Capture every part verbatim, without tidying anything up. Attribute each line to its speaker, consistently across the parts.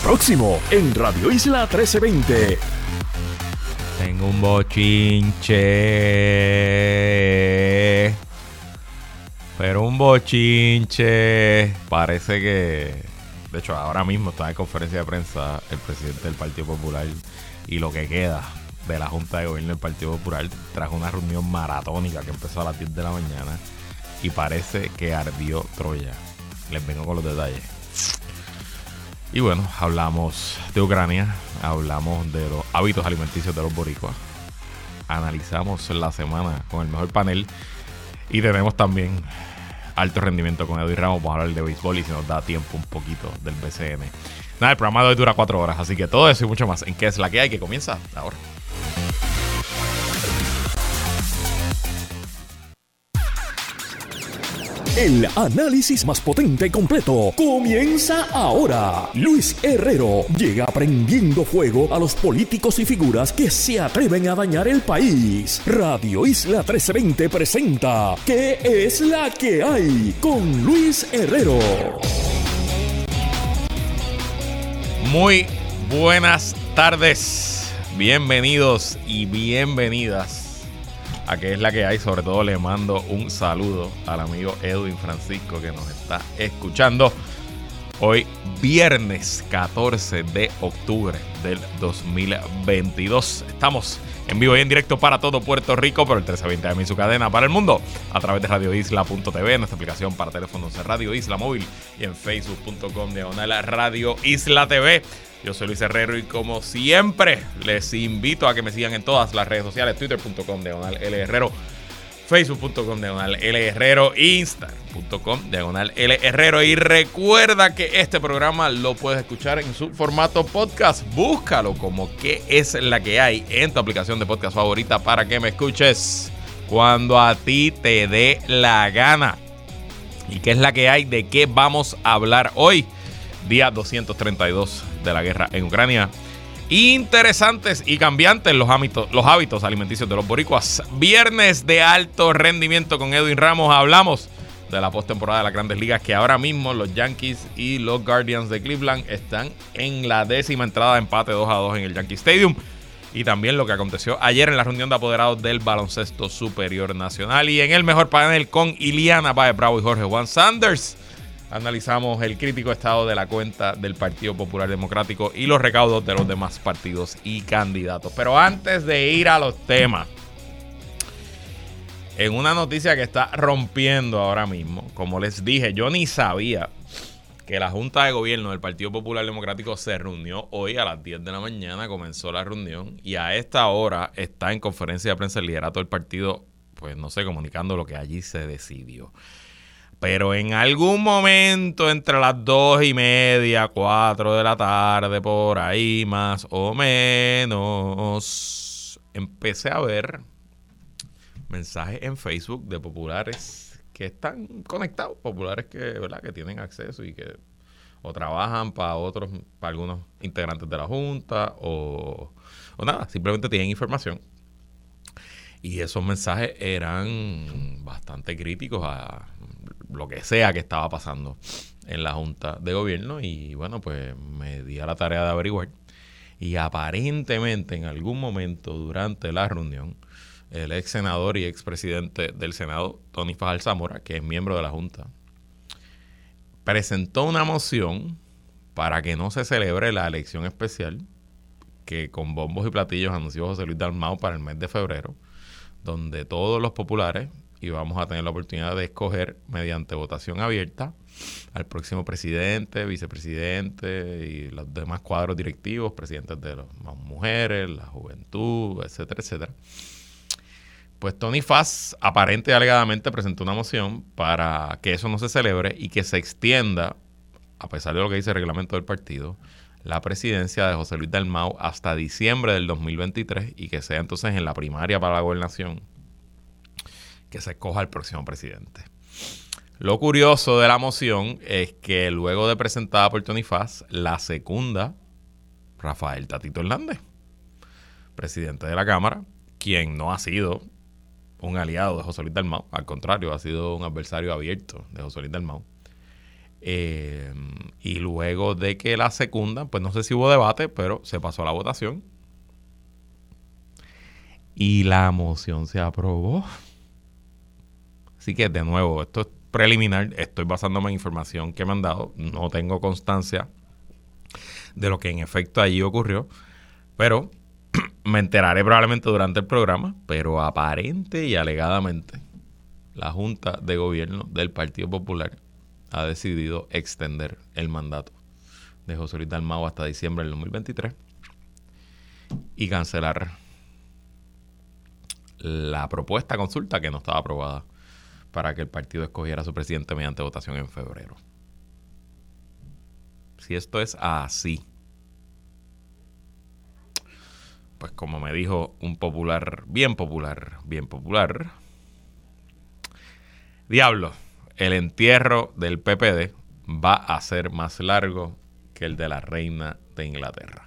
Speaker 1: Próximo en Radio Isla trece veinte.
Speaker 2: Tengo un bochinche. Pero un bochinche. Parece que... De hecho, ahora mismo está en conferencia de prensa el presidente del Partido Popular y lo que queda de la Junta de Gobierno del Partido Popular tras una reunión maratónica que empezó a las diez de la mañana y parece que ardió Troya. Les vengo con los detalles. Y bueno, hablamos de Ucrania, hablamos de los hábitos alimenticios de los boricuas, analizamos la semana con el mejor panel y tenemos también alto rendimiento con Edwin Ramos. Vamos a hablar de béisbol y si nos da tiempo un poquito del B C N. Nada, el programa de hoy dura cuatro horas, así que todo eso y mucho más en ¿Qué es la que hay? Que comienza ahora.
Speaker 1: El análisis más potente y completo comienza ahora. Luis Herrero llega prendiendo fuego a los políticos y figuras que se atreven a dañar el país. Radio Isla trece veinte presenta ¿Qué es la que hay? Con Luis Herrero.
Speaker 2: Muy buenas tardes, bienvenidos y bienvenidas a ¿Qué es la que hay? Sobre todo le mando un saludo al amigo Edwin Francisco que nos está escuchando hoy viernes catorce de octubre del dos mil veintidós. Estamos en vivo y en directo para todo Puerto Rico, pero el trece veinte A M y su cadena para el mundo a través de radio isla punto t v, nuestra aplicación para teléfonos de Radio Isla Móvil y en facebook punto com diagonal Radio Isla T V. Yo soy Luis Herrero y como siempre les invito a que me sigan en todas las redes sociales, twitter punto com diagonal L Herrero, facebook punto com diagonal L Herrero, instagram punto com diagonal L Herrero. Y recuerda que este programa lo puedes escuchar en su formato podcast. Búscalo como ¿Qué es la que hay? En tu aplicación de podcast favorita para que me escuches cuando a ti te dé la gana. ¿Y qué es la que hay? ¿De qué vamos a hablar hoy? Día doscientos treinta y dos de la guerra en Ucrania. Interesantes y cambiantes los hábitos, los hábitos alimenticios de los boricuas. Viernes de alto rendimiento con Edwin Ramos. Hablamos de la postemporada de las Grandes Ligas, que ahora mismo los Yankees y los Guardians de Cleveland están en la décima entrada de empate dos a dos en el Yankee Stadium. Y también lo que aconteció ayer en la reunión de apoderados del Baloncesto Superior Nacional. Y en el mejor panel con Iliana Baez Bravo y Jorge Juan Sanders, analizamos el crítico estado de la cuenta del Partido Popular Democrático y los recaudos de los demás partidos y candidatos. Pero antes de ir a los temas, en una noticia que está rompiendo ahora mismo, como les dije, yo ni sabía que la Junta de Gobierno del Partido Popular Democrático se reunió hoy a las diez de la mañana, comenzó la reunión y a esta hora está en conferencia de prensa el liderato del partido, pues no sé, comunicando lo que allí se decidió. Pero en algún momento entre las dos y media, cuatro de la tarde, por ahí más o menos, empecé a ver mensajes en Facebook de populares que están conectados, populares que, ¿verdad?, que tienen acceso y que o trabajan para otros, para algunos integrantes de la Junta o, o nada, simplemente tienen información. Y esos mensajes eran bastante críticos a lo que sea que estaba pasando en la Junta de Gobierno. Y bueno, pues me di a la tarea de averiguar. Y aparentemente en algún momento durante la reunión, el ex senador y ex presidente del Senado, Tony Fajardo Zamora, que es miembro de la Junta, presentó una moción para que no se celebre la elección especial que con bombos y platillos anunció José Luis Dalmau para el mes de febrero, donde todos los populares íbamos a tener la oportunidad de escoger mediante votación abierta al próximo presidente, vicepresidente y los demás cuadros directivos, presidentes de las mujeres, la juventud, etcétera, etcétera. Pues Tony Faz aparente y alegadamente presentó una moción para que eso no se celebre y que se extienda, a pesar de lo que dice el reglamento del partido, la presidencia de José Luis Dalmau hasta diciembre del dos mil veintitrés y que sea entonces en la primaria para la gobernación que se escoja el próximo presidente. Lo curioso de la moción es que luego de presentada por Tony Faz, la secunda Rafael Tatito Hernández, presidente de la Cámara, quien no ha sido un aliado de José Luis Dalmau, al contrario, ha sido un adversario abierto de José Luis Dalmau. Eh, y luego de que la secundan, pues no sé si hubo debate, pero se pasó a la votación. Y la moción se aprobó. Así que, de nuevo, esto es preliminar. Estoy basándome en información que me han dado. No tengo constancia de lo que en efecto allí ocurrió. Pero me enteraré probablemente durante el programa. Pero aparente y alegadamente, la Junta de Gobierno del Partido Popular ha decidido extender el mandato de José Luis Dalmau hasta diciembre del dos mil veintitrés y cancelar la propuesta consulta que no estaba aprobada para que el partido escogiera a su presidente mediante votación en febrero. Si esto es así, pues como me dijo un popular, bien popular, bien popular, diablo, el entierro del P P D va a ser más largo que el de la reina de Inglaterra.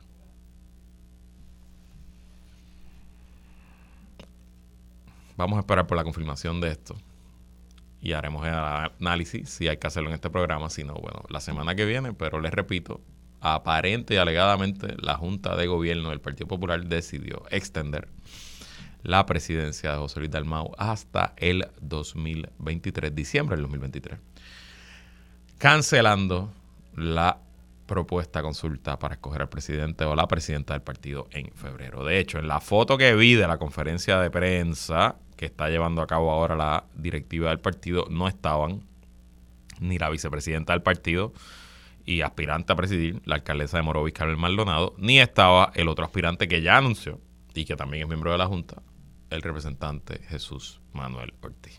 Speaker 2: Vamos a esperar por la confirmación de esto y haremos el análisis si hay que hacerlo en este programa, si no, bueno, la semana que viene. Pero les repito, aparente y alegadamente la Junta de Gobierno del Partido Popular decidió extender la presidencia de José Luis Dalmau hasta el dos mil veintitrés, diciembre del dos mil veintitrés, cancelando la propuesta consulta para escoger al presidente o la presidenta del partido en febrero. De hecho, en la foto que vi de la conferencia de prensa que está llevando a cabo ahora la directiva del partido, no estaban ni la vicepresidenta del partido y aspirante a presidir, la alcaldesa de Morovis, Carmen Maldonado, ni estaba el otro aspirante que ya anunció y que también es miembro de la Junta, el representante Jesús Manuel Ortiz.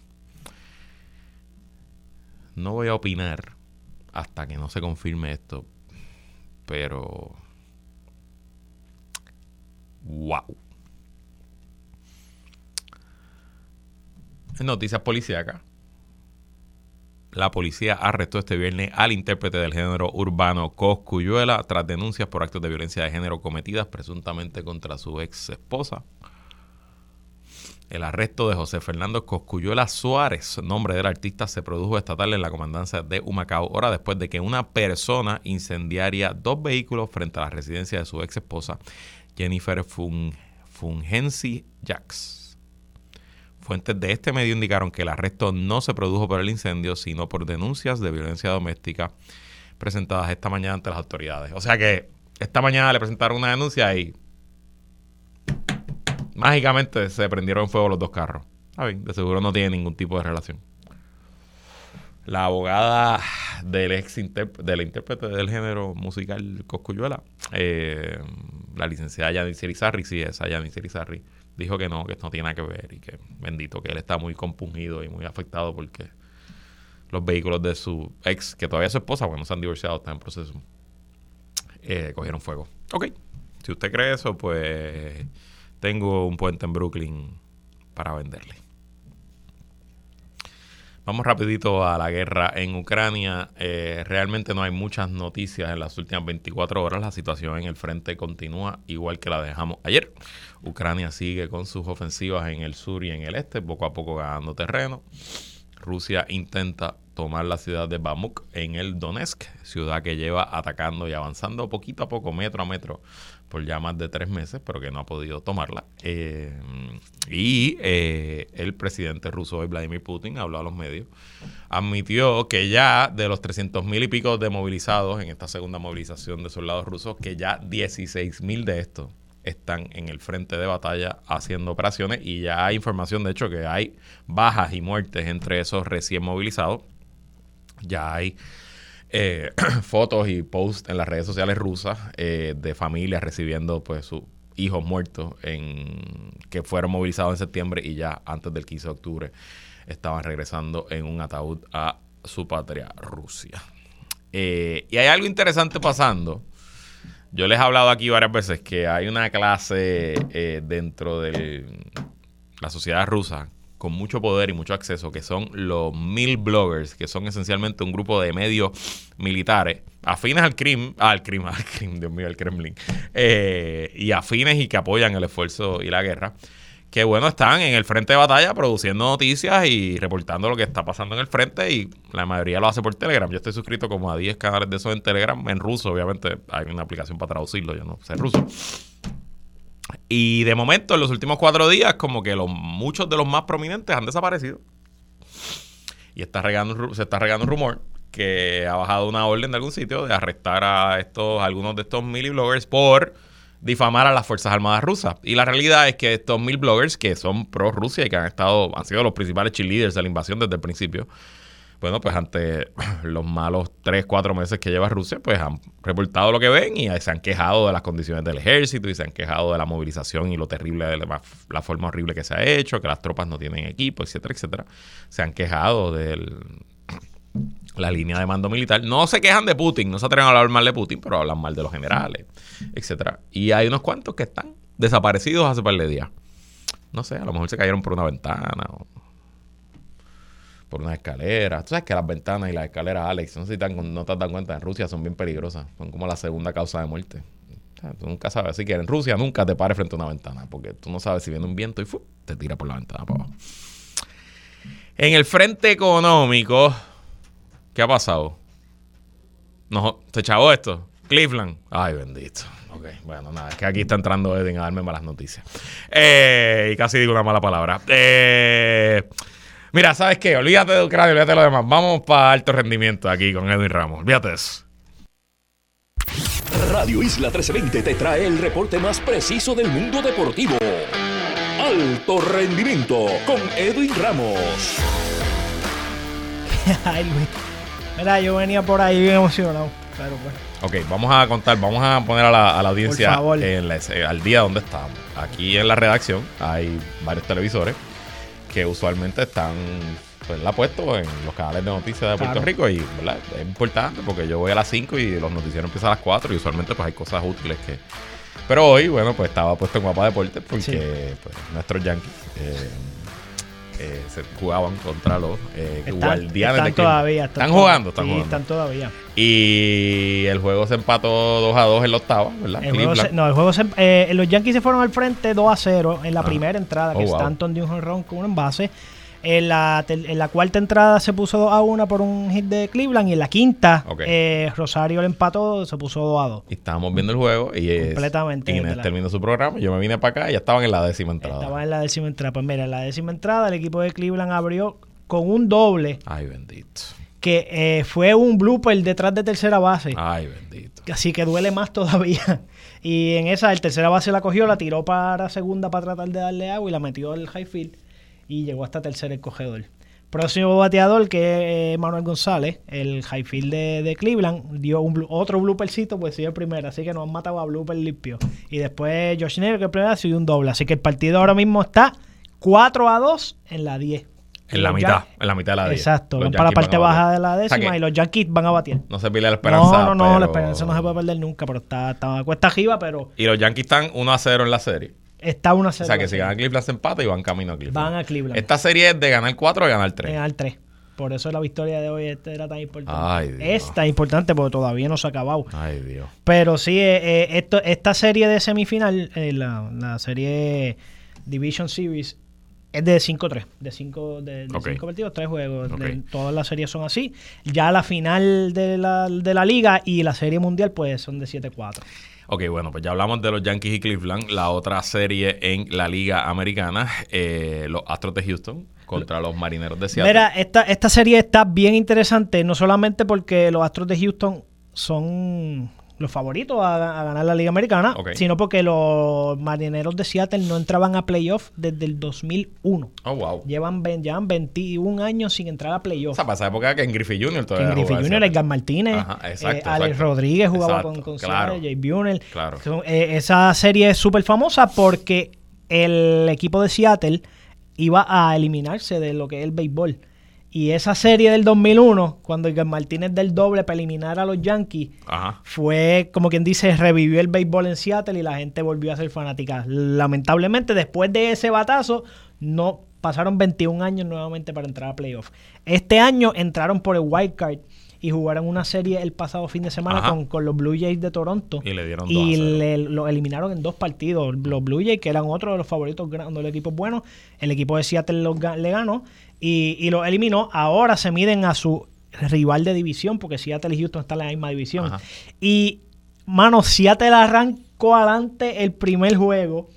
Speaker 2: No voy a opinar hasta que no se confirme esto, pero wow. En noticias policíacas, la policía arrestó este viernes al intérprete del género urbano Cosculluela tras denuncias por actos de violencia de género cometidas presuntamente contra su ex esposa. El arresto de José Fernando Cosculluela Suárez, nombre del artista, se produjo esta tarde en la comandancia de Humacao, hora después de que una persona incendiaria dos vehículos frente a la residencia de su ex esposa, Jennifer Fun, Fungensi Jax. Fuentes de este medio indicaron que el arresto no se produjo por el incendio, sino por denuncias de violencia doméstica presentadas esta mañana ante las autoridades. O sea que esta mañana le presentaron una denuncia y mágicamente se prendieron en fuego los dos carros. A ver, de seguro no tiene ningún tipo de relación. La abogada del ex intérprete, del intérprete del género musical Cosculluela, eh, la licenciada Yanis Irizarry, sí, esa Yanis Irizarry, dijo que no, que esto no tiene nada que ver y que, bendito, que él está muy compungido y muy afectado porque los vehículos de su ex, que todavía es su esposa, porque no se han divorciado, están en proceso, eh, cogieron fuego. Ok, si usted cree eso, pues tengo un puente en Brooklyn para venderle. Vamos rapidito a la guerra en Ucrania. Eh, realmente no hay muchas noticias en las últimas veinticuatro horas. La situación en el frente continúa igual que la dejamos ayer. Ucrania sigue con sus ofensivas en el sur y en el este, poco a poco ganando terreno. Rusia intenta tomar la ciudad de Bamuk en el Donetsk, ciudad que lleva atacando y avanzando poquito a poco, metro a metro, por ya más de tres meses, pero que no ha podido tomarla. Eh, y eh, el presidente ruso, Vladimir Putin, habló a los medios, admitió que ya de los trescientos mil y pico de movilizados en esta segunda movilización de soldados rusos, que ya dieciséis mil de estos están en el frente de batalla haciendo operaciones, y ya hay información, de hecho, que hay bajas y muertes entre esos recién movilizados. Ya hay eh, fotos y posts en las redes sociales rusas eh, de familias recibiendo pues sus hijos muertos en, que fueron movilizados en septiembre y ya antes del quince de octubre estaban regresando en un ataúd a su patria, Rusia. Eh, y hay algo interesante pasando. Yo les he hablado aquí varias veces que hay una clase eh, dentro de la sociedad rusa con mucho poder y mucho acceso, que son los mil bloggers, que son esencialmente un grupo de medios militares afines al crimen, ah, al crimen, al crimen, Dios mío, al Kremlin, eh, y afines y que apoyan el esfuerzo y la guerra, que bueno, están en el frente de batalla produciendo noticias y reportando lo que está pasando en el frente, y la mayoría lo hace por Telegram. Yo estoy suscrito como a diez canales de esos en Telegram, en ruso, obviamente hay una aplicación para traducirlo, yo no sé ruso. Y de momento, en los últimos cuatro días, como que los, muchos de los más prominentes han desaparecido. Y está regando, se está regando un rumor que ha bajado una orden de algún sitio de arrestar a estos, algunos de estos mili bloggers por difamar a las Fuerzas Armadas rusas. Y la realidad es que estos mil bloggers que son pro Rusia y que han estado, han sido los principales cheerleaders de la invasión desde el principio, bueno, pues ante los malos tres, cuatro meses que lleva Rusia, pues han reportado lo que ven y se han quejado de las condiciones del ejército y se han quejado de la movilización y lo terrible, de la, la forma horrible que se ha hecho, que las tropas no tienen equipo, etcétera, etcétera. Se han quejado del la línea de mando militar. No se quejan de Putin, no se atreven a hablar mal de Putin, pero hablan mal de los generales, etcétera. Y hay unos cuantos que están desaparecidos hace par de días. No sé, a lo mejor se cayeron por una ventana o por una escalera. Tú sabes que las ventanas y las escaleras, Alex, no sé si te, no te has dado cuenta, en Rusia son bien peligrosas. Son como la segunda causa de muerte. O sea, tú nunca sabes. Así que en Rusia nunca te pares frente a una ventana, porque tú no sabes si viene un viento y ¡fu! Te tira por la ventana para abajo. En el frente económico, ¿qué ha pasado? No, ¿se chavó esto? Cleveland. Ay, bendito. Ok, bueno, nada, es que aquí está entrando Edwin a darme malas noticias. Eh, y casi digo una mala palabra. Eh, mira, ¿sabes qué? Olvídate de Ucrania, olvídate de lo demás. Vamos para alto rendimiento aquí con Edwin Ramos. Olvídate de eso.
Speaker 1: Radio Isla trece veinte te trae el reporte más preciso del mundo deportivo. Alto rendimiento con Edwin Ramos.
Speaker 3: Ay, Luis. Mira, yo venía por ahí bien emocionado, pero pues.
Speaker 2: Ok, vamos a contar, vamos a poner a la, a la audiencia en la, al día donde estamos. Aquí en la redacción hay varios televisores que usualmente están, pues, la puesto en los canales de noticias de Puerto claro. Rico, y ¿verdad? Es importante porque yo voy a las cinco y los noticieros empiezan a las cuatro y usualmente pues hay cosas útiles que... Pero hoy, bueno, pues estaba puesto en Guapa Deportes porque sí. pues, nuestros Yankees eh, eh, se jugaban contra los eh,
Speaker 3: están,
Speaker 2: guardianes
Speaker 3: están
Speaker 2: de
Speaker 3: todavía,
Speaker 2: están,
Speaker 3: están
Speaker 2: jugando, están
Speaker 3: sí,
Speaker 2: jugando.
Speaker 3: están todavía.
Speaker 2: Y el juego se empató dos a dos en la octava, ¿verdad?
Speaker 3: El juego se, no, el juego se, eh, los Yankees se fueron al frente dos a cero en la ah. primera entrada, que oh, wow. Stanton dio un jonrón con un envase. En la, en la cuarta entrada se puso dos a uno por un hit de Cleveland, y en la quinta okay. eh, Rosario le empató, se puso dos a dos.
Speaker 2: Y estábamos viendo el juego y es,
Speaker 3: completamente.
Speaker 2: Inés terminó su programa, yo me vine para acá y ya estaban en la décima entrada.
Speaker 3: Estaban en la décima entrada. Pues mira, en la décima entrada el equipo de Cleveland abrió con un doble.
Speaker 2: Ay, bendito.
Speaker 3: Que eh, fue un blooper detrás de tercera base.
Speaker 2: Ay, bendito.
Speaker 3: Así que duele más todavía. Y en esa, el tercera base la cogió, la tiró para segunda para tratar de darle agua y la metió al high field. Y llegó hasta tercer escogedor. Próximo bateador, que es Manuel González, el high field de, de Cleveland, dio un, otro bloopercito, pues sí, el primero. Así que nos han matado a blooper limpio. Y después Josh Naylor, que el primero, dio un doble. Así que el partido ahora mismo está cuatro a dos en la diez.
Speaker 2: En la mitad, Yan- en la mitad de la diez.
Speaker 3: Exacto, van para la parte baja de la décima, o sea, y los Yankees van a batir.
Speaker 2: No se pierde la esperanza.
Speaker 3: No, no, no,
Speaker 2: pero...
Speaker 3: la esperanza no se puede perder nunca, pero está, está cuesta arriba, pero...
Speaker 2: Y los Yankees están uno a cero en la serie.
Speaker 3: Está uno a cero.
Speaker 2: O sea que si ganan Cleveland se empata y van camino a Cleveland.
Speaker 3: Van a Cleveland.
Speaker 2: Esta serie es de ganar cuatro o ganar tres.
Speaker 3: Ganar tres. Por eso la victoria de hoy era tan importante.
Speaker 2: Ay, Dios.
Speaker 3: Es tan importante porque todavía no se ha acabado.
Speaker 2: Ay, Dios.
Speaker 3: Pero sí, eh, eh, esto, esta serie de semifinal, eh, la, la serie Division Series, es de cinco tres. De cinco de, de
Speaker 2: okay.
Speaker 3: cinco partidos, tres juegos.
Speaker 2: Okay.
Speaker 3: De, todas las series son así. Ya la final de la, de la liga y la serie mundial, pues son de siete cuatro.
Speaker 2: Ok, bueno, pues ya hablamos de los Yankees y Cleveland. La otra serie en la Liga Americana, eh, los Astros de Houston contra los Marineros de Seattle.
Speaker 3: Mira, esta, esta serie está bien interesante, no solamente porque los Astros de Houston son los favoritos a, a ganar la Liga Americana, okay. sino porque los Marineros de Seattle no entraban a playoff desde el dos mil uno.
Speaker 2: Oh, wow.
Speaker 3: Llevan, llevan veintiún años sin entrar a playoff.
Speaker 2: O sea, para esa época que en Griffey junior todavía
Speaker 3: Ken Griffey junior, Edgar Martínez,
Speaker 2: Ajá, exacto,
Speaker 3: eh, Alex
Speaker 2: exacto.
Speaker 3: Rodríguez jugaba
Speaker 2: exacto,
Speaker 3: con, con
Speaker 2: claro,
Speaker 3: Seattle, Jay Buhner.
Speaker 2: Claro.
Speaker 3: Son, eh, esa serie es súper famosa porque el equipo de Seattle iba a eliminarse de lo que es el béisbol. Y esa serie del dos mil uno, cuando Edgar Martínez del doble para eliminar a los Yankees, Ajá. fue, como quien dice, revivió el béisbol en Seattle y la gente volvió a ser fanática. Lamentablemente, después de ese batazo, no pasaron veintiún años nuevamente para entrar a playoff. Este año entraron por el wild card y jugaron una serie el pasado fin de semana con, con los Blue Jays de Toronto.
Speaker 2: Y le dieron
Speaker 3: Y le, lo eliminaron en dos partidos. Los Blue Jays, que eran otro de los favoritos grandes del equipo bueno, el equipo de Seattle los, le ganó y, y lo eliminó. Ahora se miden a su rival de división, porque Seattle y Houston están en la misma división. Ajá. Y, mano, Seattle arrancó adelante el primer juego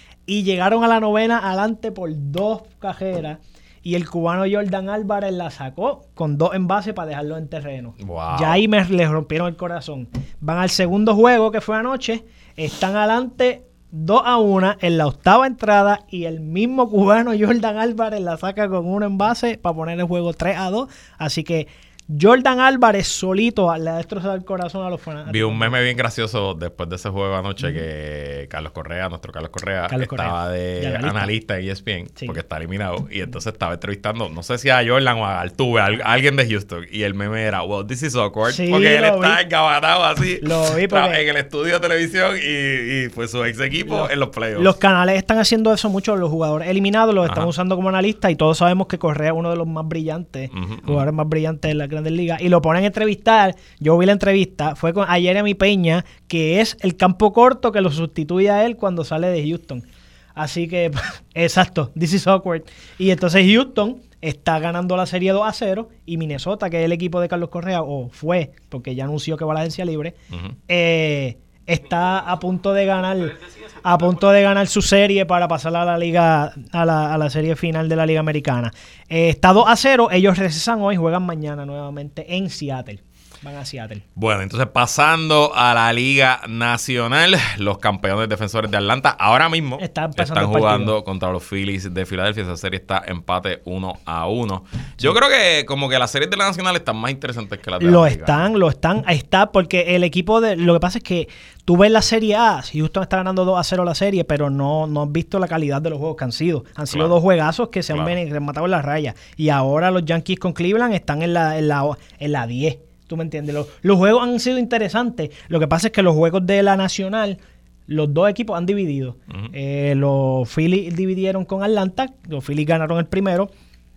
Speaker 3: y llegaron a la novena adelante por dos carreras. Y el cubano Jordan Álvarez la sacó con dos envases para dejarlo en terreno.
Speaker 2: Wow.
Speaker 3: Ya ahí me les rompieron el corazón. Van al segundo juego, que fue anoche. Están adelante dos a uno en la octava entrada. Y el mismo cubano Jordan Álvarez la saca con un envase para poner el juego tres a dos. Así que Jordan Álvarez solito le ha destrozado el corazón a los fanáticos.
Speaker 2: Vi un meme bien gracioso después de ese juego anoche uh-huh. que Carlos Correa, nuestro Carlos Correa, Carlos estaba Correa. de ya, analista en E S P N sí. porque está eliminado y entonces estaba entrevistando, no sé si a Jordan o a Altuve, a alguien de Houston, y el meme era, well, this is awkward, sí, porque él está engabanado así
Speaker 3: lo vi porque...
Speaker 2: en el estudio de televisión y, y pues su ex equipo lo, en los playoffs.
Speaker 3: Los canales están haciendo eso mucho, los jugadores eliminados los Ajá. están usando como analistas y todos sabemos que Correa es uno de los más brillantes, uh-huh, jugadores uh-huh. más brillantes de las Grandes Ligas, y lo ponen a entrevistar. Yo vi la entrevista, fue con a Jeremy Peña, que es el campo corto que lo sustituye a él cuando sale de Houston. Así que, exacto, this is awkward. Y entonces Houston está ganando la serie dos a cero y Minnesota, que es el equipo de Carlos Correa, o fue, porque ya anunció que va a la agencia libre, uh-huh. eh, está a punto de ganar a punto de ganar su serie para pasar a la liga a la, a la serie final de la Liga Americana. Eh, está dos a cero, ellos recesan hoy, juegan mañana nuevamente en Seattle. Van a Seattle.
Speaker 2: Bueno, entonces pasando a la Liga Nacional, los campeones defensores de Atlanta ahora mismo Está están jugando contra los Phillies de Filadelfia. Esa serie está empate uno a uno. Yo creo que como que las series de la Nacional están más interesantes que las de
Speaker 3: lo
Speaker 2: la Liga.
Speaker 3: Están, lo están. Está porque el equipo de... Lo que pasa es que tú ves la Serie A, Houston está ganando dos a cero la serie, pero no, no has visto la calidad de los juegos que han sido. Han sido claro. dos juegazos que se han claro. rematado en la raya. Y ahora los Yankees con Cleveland están en la, en la, en la diez. ¿Tú me entiendes? Los, los juegos han sido interesantes. Lo que pasa es que los juegos de la Nacional, los dos equipos han dividido. Uh-huh. Eh, los Phillies dividieron con Atlanta. Los Phillies ganaron el primero.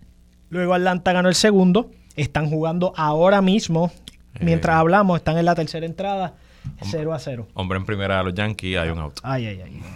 Speaker 3: Luego Atlanta ganó el segundo. Están jugando ahora mismo. Eh. Mientras hablamos, están en la tercera entrada. cero a cero.
Speaker 2: Hombre en primera de los Yankees, hay un out.
Speaker 3: Ay, ay, ay.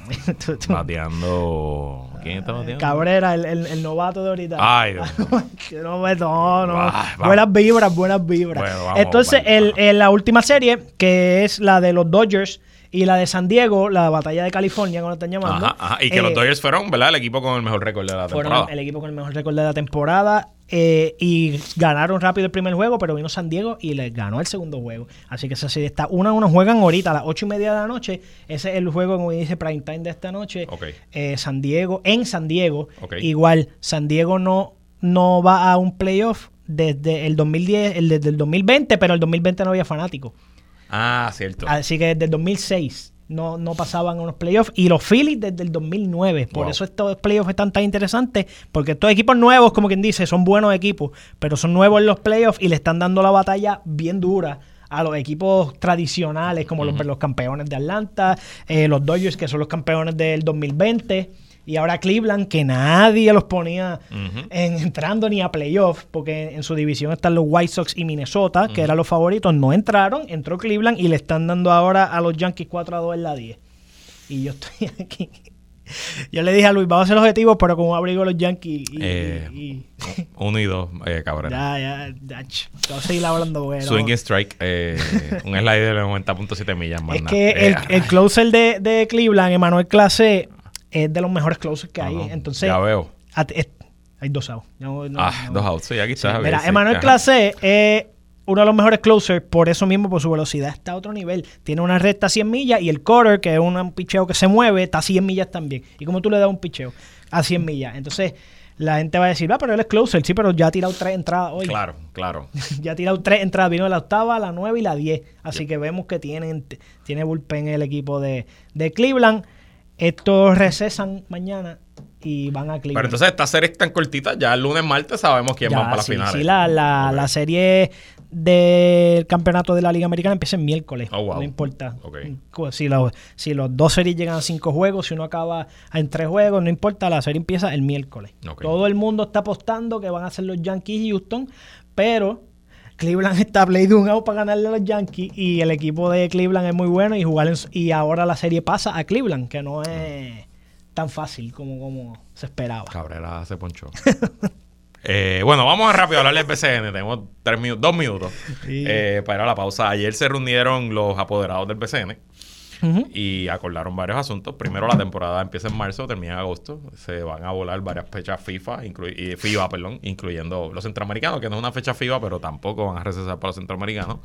Speaker 2: Bateando. ¿Quién está bateando?
Speaker 3: Cabrera, el, el, el novato de ahorita.
Speaker 2: Ay, Dios
Speaker 3: mío. no, no, no. Ah, buenas vibras, buenas vibras. Bueno, vamos, Entonces, vamos, el, vamos. El, la última serie, que es la de los Dodgers y la de San Diego, la batalla de California, como lo están llamando.
Speaker 2: Ajá, ajá. Y que eh, los Dodgers fueron, ¿verdad? El equipo con el mejor récord de la temporada.
Speaker 3: Fueron el equipo con el mejor récord de la temporada. Eh, y ganaron rápido el primer juego, pero vino San Diego y les ganó el segundo juego. Así que esa serie está uno a uno. Juegan ahorita a las ocho y media de la noche. Ese es el juego, como dice, prime time de esta noche.
Speaker 2: Okay.
Speaker 3: Eh, San Diego, en San Diego.
Speaker 2: Okay.
Speaker 3: Igual, San Diego no, no va a un playoff desde el dos mil diez, el desde el dos mil veinte, pero el dos mil veinte no había fanáticos.
Speaker 2: Ah, cierto.
Speaker 3: Así que desde el dos mil seis no, no pasaban a unos playoffs. Y los Phillies desde el dos mil nueve. Por wow. eso estos playoffs están tan interesantes. Porque estos equipos nuevos, como quien dice, son buenos equipos. Pero son nuevos en los playoffs y le están dando la batalla bien dura a los equipos tradicionales, como uh-huh. los, los campeones de Atlanta, eh, los Dodgers, que son los campeones del dos mil veinte. Y ahora Cleveland, que nadie los ponía uh-huh. en, entrando ni a playoff, porque en su división están los White Sox y Minnesota, uh-huh. que eran los favoritos, no entraron, entró Cleveland y le están dando ahora a los Yankees cuatro a dos en la diez. Y yo estoy aquí. Yo le dije a Luis, vamos a hacer los objetivos, pero con un abrigo de los Yankees. Y,
Speaker 2: eh, y, y... Uno y dos, eh, Cabrera.
Speaker 3: Ya, ya, ya. Vamos a seguir hablando. Bueno.
Speaker 2: Swing and strike, eh, un slider de noventa punto siete millas. Más
Speaker 3: es
Speaker 2: nada.
Speaker 3: que
Speaker 2: eh,
Speaker 3: el, el closer de, de Cleveland, Emmanuel Clase, es de los mejores closers que hay.
Speaker 2: Uh-huh.
Speaker 3: Entonces,
Speaker 2: ya veo.
Speaker 3: At, at, hay dos outs. No, no,
Speaker 2: ah,
Speaker 3: no.
Speaker 2: dos outs. Sí, aquí está.
Speaker 3: Sí, mira, Emmanuel Clase es uno de los mejores closers, por eso mismo, por su velocidad está a otro nivel. Tiene una recta a cien millas y el cutter, que es un picheo que se mueve, está a cien millas también. ¿Y cómo tú le das un picheo a cien millas? Entonces, la gente va a decir, ah, pero él es closer. Sí, pero ya ha tirado tres entradas hoy.
Speaker 2: Claro, claro.
Speaker 3: Ya ha tirado tres entradas. Vino la octava, la nueve y la diez. Así yep. que vemos que tienen, tiene bullpen el equipo de, de Cleveland. Estos recesan mañana y van a Cleveland.
Speaker 2: Pero entonces estas series tan cortitas, ya el lunes, martes sabemos quién
Speaker 3: ya,
Speaker 2: van para
Speaker 3: sí,
Speaker 2: las finales.
Speaker 3: Sí, la, la, okay. la serie del campeonato de la Liga Americana empieza el miércoles.
Speaker 2: Oh, wow.
Speaker 3: No importa.
Speaker 2: Okay.
Speaker 3: Si, lo, si los dos series llegan a cinco juegos, si uno acaba en tres juegos, no importa, la serie empieza el miércoles. Okay. Todo el mundo está apostando que van a ser los Yankees y Houston, pero Cleveland está play de un out para ganarle a los Yankees y el equipo de Cleveland es muy bueno y jugar en, y ahora la serie pasa a Cleveland, que no es tan fácil como, como se esperaba.
Speaker 2: Cabrera se ponchó. eh, bueno, vamos a rápido a hablar del B C N. Tenemos tres minutos, dos minutos sí. eh, para ir a la pausa. Ayer se reunieron los apoderados del B C N. Uh-huh. Y acordaron varios asuntos. Primero, la temporada empieza en marzo, termina en agosto. Se van a volar varias fechas FIFA, inclu- y FIBA, perdón, incluyendo los centroamericanos, que no es una fecha FIBA, pero tampoco van a recesar para los centroamericanos.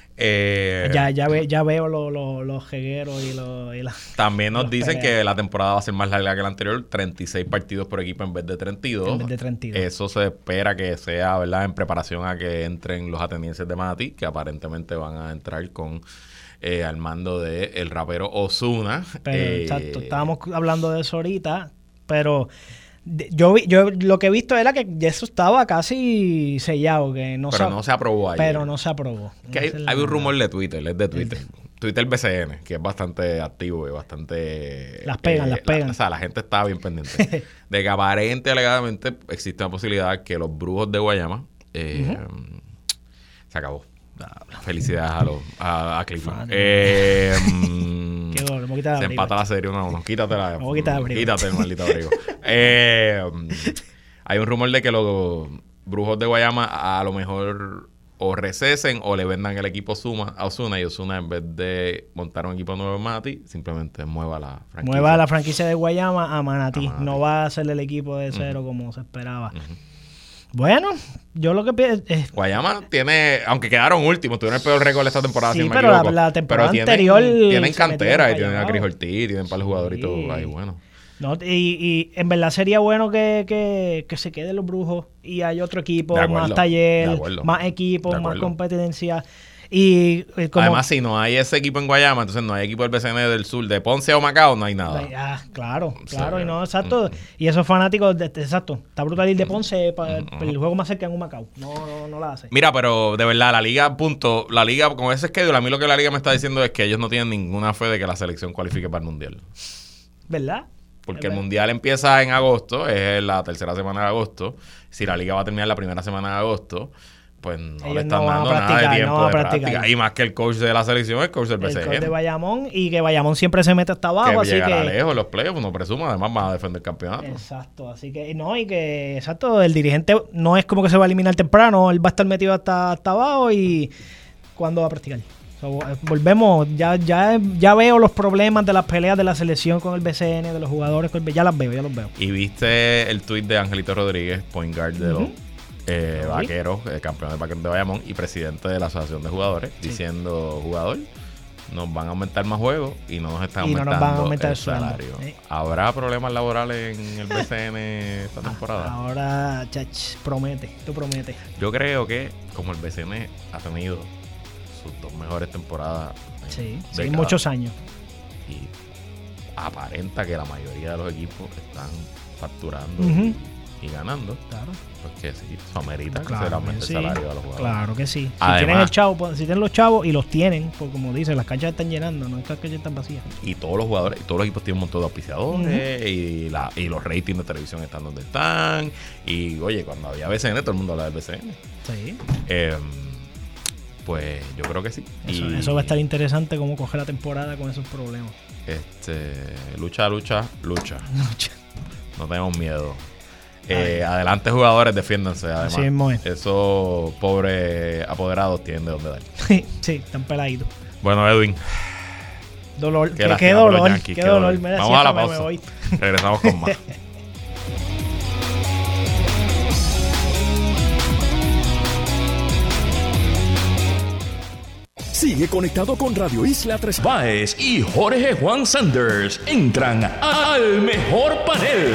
Speaker 2: Eh,
Speaker 3: ya, ya, ve, ya veo los lo, lo jegueros y, lo, y la,
Speaker 2: También nos dicen
Speaker 3: peleas.
Speaker 2: que la temporada va a ser más larga que la anterior, treinta y seis partidos por equipo en vez de treinta y dos.
Speaker 3: En vez de treinta y dos.
Speaker 2: Eso se espera que sea, ¿verdad?, en preparación a que entren los atenienses de Manatí, que aparentemente van a entrar con... Eh, al mando de el rapero Ozuna.
Speaker 3: Pero,
Speaker 2: eh,
Speaker 3: exacto, estábamos hablando de eso ahorita, pero de, yo vi, yo lo que he visto era que eso estaba casi sellado, que no
Speaker 2: pero
Speaker 3: se,
Speaker 2: no se aprobó ayer.
Speaker 3: Pero no se aprobó.
Speaker 2: Que hay, hay un rumor de Twitter, es de Twitter.
Speaker 3: El,
Speaker 2: Twitter B C N, que es bastante activo y bastante...
Speaker 3: Las pegan,
Speaker 2: eh,
Speaker 3: las pegan.
Speaker 2: La, o sea, la gente está bien pendiente. De que aparente, alegadamente, existe una posibilidad que los Brujos de Guayama eh, uh-huh. se acabó. Felicidades a, los, a, a Cleveland. Eh,
Speaker 3: Qué bueno, me
Speaker 2: se empata la serie uno a uno. Quítate la.
Speaker 3: Me quitar abrigo.
Speaker 2: Quítate el maldito abrigo. eh, hay un rumor de que los Brujos de Guayama a lo mejor o recesen o le vendan el equipo Suma a Ozuna, y Ozuna, en vez de montar un equipo nuevo en Manatí, simplemente mueva la franquicia.
Speaker 3: Mueva la franquicia de Guayama a Manatí.
Speaker 2: A Manatí.
Speaker 3: No va a ser el equipo de cero uh-huh. como se esperaba.
Speaker 2: Uh-huh.
Speaker 3: Bueno, yo lo que pienso... Eh,
Speaker 2: Guayama tiene... Aunque quedaron últimos, tuvieron el peor récord esta temporada,
Speaker 3: sí,
Speaker 2: si no me
Speaker 3: pero
Speaker 2: equivoco.
Speaker 3: La, la temporada
Speaker 2: pero
Speaker 3: anterior...
Speaker 2: Tienen, tienen cantera y tienen a
Speaker 3: Callao.
Speaker 2: Chris Ortiz, tienen para el jugador sí. y todo. Ay, bueno.
Speaker 3: No, y, y en verdad sería bueno que, que, que se queden los Brujos y hay otro equipo, más taller, más equipos, más competencia. Y, y como,
Speaker 2: además, si no hay ese equipo en Guayama, entonces no hay equipo del B C N del Sur, de Ponce o Macao, no hay nada.
Speaker 3: Ah, claro,
Speaker 2: o
Speaker 3: claro,
Speaker 2: sea,
Speaker 3: y no, exacto.
Speaker 2: Mm,
Speaker 3: y esos fanáticos, de, de, exacto, está brutal ir de Ponce para mm, el juego más cerca en un Macao. No, no, no la hace.
Speaker 2: Mira, pero de verdad, la liga, punto, la liga, con ese schedule, a mí lo que la liga me está diciendo es que ellos no tienen ninguna fe de que la selección cualifique para el Mundial.
Speaker 3: ¿Verdad?
Speaker 2: Porque el Mundial empieza en agosto, es la tercera semana de agosto. Si la liga va a terminar la primera semana de agosto, pues no
Speaker 3: ellos
Speaker 2: le están
Speaker 3: no
Speaker 2: dando nada de tiempo no de práctica. Y más que el coach de la selección, el coach del B C N.
Speaker 3: El coach de Bayamón, y que Bayamón siempre se mete hasta abajo.
Speaker 2: Que
Speaker 3: así
Speaker 2: llegará
Speaker 3: que
Speaker 2: lejos los playoffs, no presumo, además van a defender el campeonato.
Speaker 3: Exacto, así que no, y que exacto, el dirigente no es como que se va a eliminar temprano, él va a estar metido hasta, hasta abajo. Y ¿cuándo va a practicar? So, volvemos, ya, ya, ya veo los problemas de las peleas de la selección con el B C N, de los jugadores, con el, ya las veo, ya los veo.
Speaker 2: Y viste el tweet de Angelito Rodríguez, point guard de uh-huh. los eh, ¿Sí? vaqueros, eh, campeón de vaqueros de Bayamón y presidente de la asociación de jugadores, sí. diciendo, jugador, nos van a aumentar más juegos y no nos están
Speaker 3: y
Speaker 2: aumentando
Speaker 3: no nos van a aumentar
Speaker 2: el salario. ¿Sí? ¿Habrá problemas laborales en el B C N esta temporada?
Speaker 3: Ahora, chach, promete, tú prometes.
Speaker 2: Yo creo que como el B C N ha tenido sus dos mejores temporadas en
Speaker 3: sí, sí, muchos años,
Speaker 2: y aparenta que la mayoría de los equipos están facturando
Speaker 3: uh-huh.
Speaker 2: y, y ganando, claro, pues que sí, eso amerita
Speaker 3: claro,
Speaker 2: que se le aumente
Speaker 3: sí.
Speaker 2: el salario a los jugadores.
Speaker 3: Claro que sí. Si
Speaker 2: Además,
Speaker 3: tienen el chavo, si tienen los chavos y los tienen, pues como dicen, las canchas están llenando, no es que las canchas están vacías.
Speaker 2: Y todos los jugadores, y todos los equipos tienen un montón de auspiciadores, uh-huh. y, la, y los ratings de televisión están donde están. Y oye, cuando había B C N, todo el mundo hablaba del B C N.
Speaker 3: Sí.
Speaker 2: Eh, Pues yo creo que sí.
Speaker 3: Eso,
Speaker 2: y,
Speaker 3: eso va a estar interesante cómo coger la temporada con esos problemas.
Speaker 2: Este, lucha, lucha, lucha.
Speaker 3: Lucha.
Speaker 2: No tenemos miedo. Eh, adelante, jugadores, defiéndanse. Además,
Speaker 3: sí, mismo es.
Speaker 2: Esos pobres apoderados tienen de dónde dar.
Speaker 3: Sí, están peladitos.
Speaker 2: Bueno, Edwin.
Speaker 3: Dolor. Qué, qué dolor. Yankees, qué, qué dolor. dolor.
Speaker 2: Mira, vamos a la pausa. Voy. Regresamos con más.
Speaker 1: Sigue conectado con Radio Isla Tres Báez y Jorge Juan Sanders. Entran al mejor panel.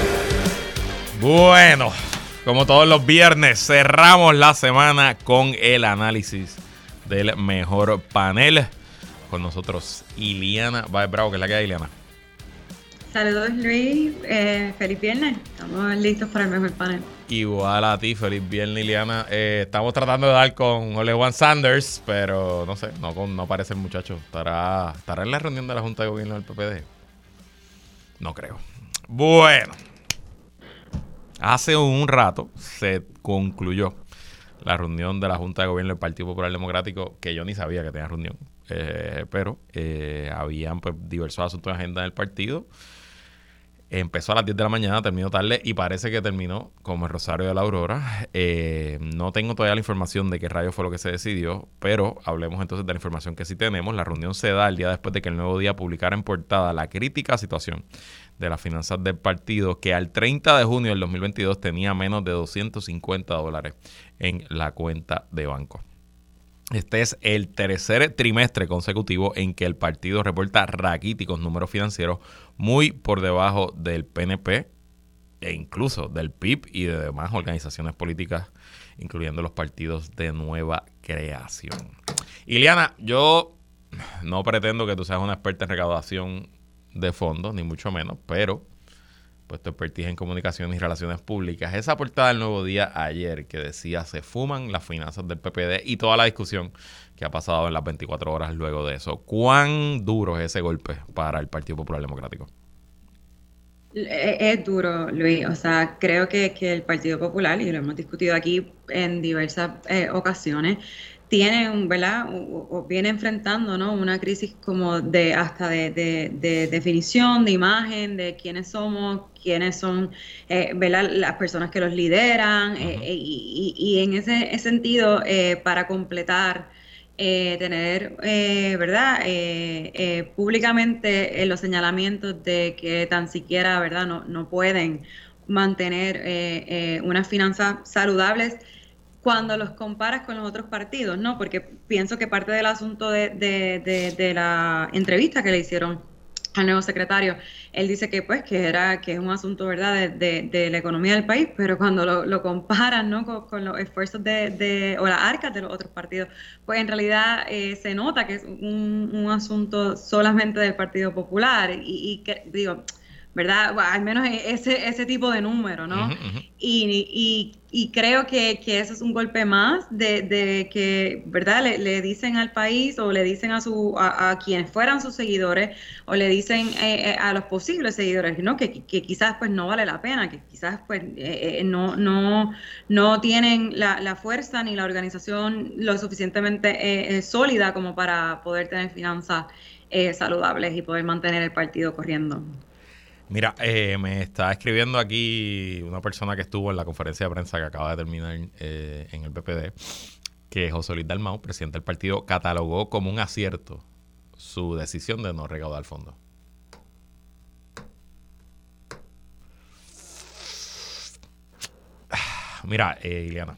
Speaker 2: Bueno, como todos los viernes, cerramos la semana con el análisis del mejor panel. Con nosotros, Iliana Báez Bravo, que es la que hay, Iliana.
Speaker 4: Saludos, Luis. Eh, feliz viernes. Estamos listos para el mejor panel.
Speaker 2: Igual a ti, feliz viernes, Liliana. Eh, estamos tratando de dar con Jorge Juan Sanders, pero no sé, no, no aparece el muchacho. ¿Estará, ¿Estará en la reunión de la Junta de Gobierno del P P D? No creo. Bueno, hace un rato se concluyó la reunión de la Junta de Gobierno del Partido Popular Democrático, que yo ni sabía que tenía reunión, eh, pero eh, habían pues diversos asuntos de agenda del partido. Empezó a las diez de la mañana, terminó tarde y parece que terminó como el Rosario de la Aurora. Eh, no tengo todavía la información de qué rayo fue lo que se decidió, pero hablemos entonces de la información que sí tenemos. La reunión se da el día después de que el Nuevo Día publicara en portada la crítica situación de las finanzas del partido, que al treinta de junio del dos mil veintidós tenía menos de doscientos cincuenta dólares en la cuenta de banco. Este es el tercer trimestre consecutivo en que el partido reporta raquíticos números financieros muy por debajo del P N P e incluso del P I B y de demás organizaciones políticas, incluyendo los partidos de nueva creación. Iliana, yo no pretendo que tú seas una experta en recaudación de fondos, ni mucho menos, pero pues tu expertise en comunicaciones y relaciones públicas. Esa portada del Nuevo Día ayer que decía se fuman las finanzas del P P D y toda la discusión que ha pasado en las veinticuatro horas luego de eso. ¿Cuán duro es ese golpe para el Partido Popular Democrático?
Speaker 4: Es duro, Luis. O sea, creo que, que el Partido Popular, y lo hemos discutido aquí en diversas eh, ocasiones, tiene, un, ¿verdad? O, o viene enfrentando, ¿no? Una crisis como de hasta de, de, de definición, de imagen, de quiénes somos, quiénes son, eh, ¿verdad? Las personas que los lideran. Uh-huh. eh, y, y, y en ese sentido, eh, para completar, eh, tener, eh, ¿verdad? Eh, eh, públicamente eh, los señalamientos de que tan siquiera, ¿verdad? No, no pueden mantener eh, eh, unas finanzas saludables cuando los comparas con los otros partidos, ¿no? Porque pienso que parte del asunto de, de, de, de la entrevista que le hicieron al nuevo secretario, él dice que pues que era que es un asunto, ¿verdad?, de, de, de la economía del país, pero cuando lo, lo comparan, ¿no?, con, con los esfuerzos de, de o las arcas de los otros partidos, pues en realidad eh, se nota que es un, un asunto solamente del Partido Popular y, y que, digo, ¿verdad? Bueno, al menos ese ese tipo de número, ¿no? Uh-huh, uh-huh. Y, y, y creo que, que eso es un golpe más de, de que, ¿verdad? Le, le dicen al país o le dicen a su a, a quienes fueran sus seguidores o le dicen eh, a los posibles seguidores, ¿no? Que, que quizás pues no vale la pena, que quizás pues eh, no no no tienen la, la fuerza ni la organización lo suficientemente eh, sólida como para poder tener finanzas eh, saludables y poder mantener el partido corriendo.
Speaker 2: Mira, eh, me está escribiendo aquí una persona que estuvo en la conferencia de prensa que acaba de terminar eh, en el P P D, que José Luis Dalmau, presidente del partido, catalogó como un acierto su decisión de no recaudar fondos. Mira, eh, Iliana,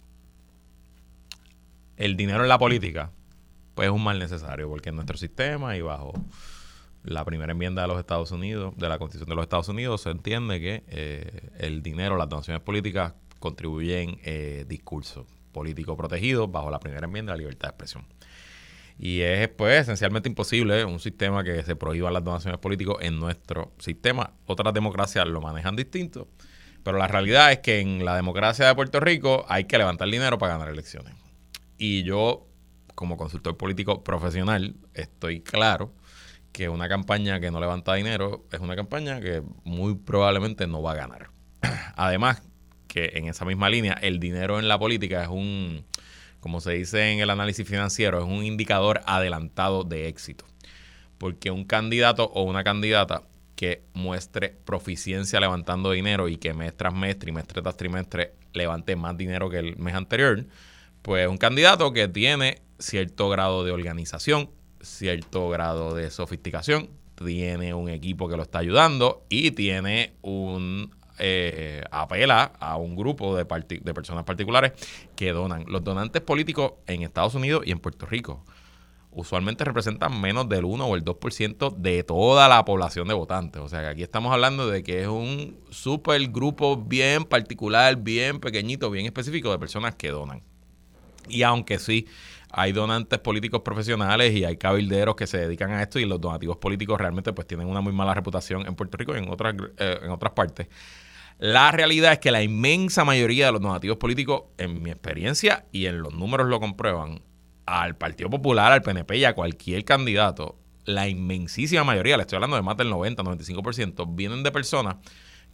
Speaker 2: el dinero en la política pues es un mal necesario porque en nuestro sistema y bajo la primera enmienda de los Estados Unidos, de la Constitución de los Estados Unidos, se entiende que eh, el dinero, las donaciones políticas contribuyen eh, discurso político protegido bajo la primera enmienda de la libertad de expresión. Y es pues esencialmente imposible un sistema que se prohíban las donaciones políticas en nuestro sistema. Otras democracias lo manejan distinto, pero la realidad es que en la democracia de Puerto Rico hay que levantar dinero para ganar elecciones. Y yo, como consultor político profesional, estoy claro que una campaña que no levanta dinero es una campaña que muy probablemente no va a ganar. Además, que en esa misma línea, el dinero en la política es un, como se dice en el análisis financiero, es un indicador adelantado de éxito. Porque un candidato o una candidata que muestre proficiencia levantando dinero y que mes tras mes, trimestre tras trimestre, levante más dinero que el mes anterior, pues un candidato que tiene cierto grado de organización, cierto grado de sofisticación, tiene un equipo que lo está ayudando y tiene un eh, apela a un grupo de, parti- de personas particulares que donan. Los donantes políticos en Estados Unidos y en Puerto Rico usualmente representan menos del uno o el dos por ciento de toda la población de votantes. O sea que aquí estamos hablando de que es un super grupo bien particular, bien pequeñito, bien específico de personas que donan. Y aunque sí hay donantes políticos profesionales y hay cabilderos que se dedican a esto y los donativos políticos realmente pues tienen una muy mala reputación en Puerto Rico y en otras, eh, en otras partes. La realidad es que la inmensa mayoría de los donativos políticos, en mi experiencia y en los números lo comprueban, al Partido Popular, al P N P y a cualquier candidato, la inmensísima mayoría, le estoy hablando de más del noventa, noventa y cinco por ciento, vienen de personas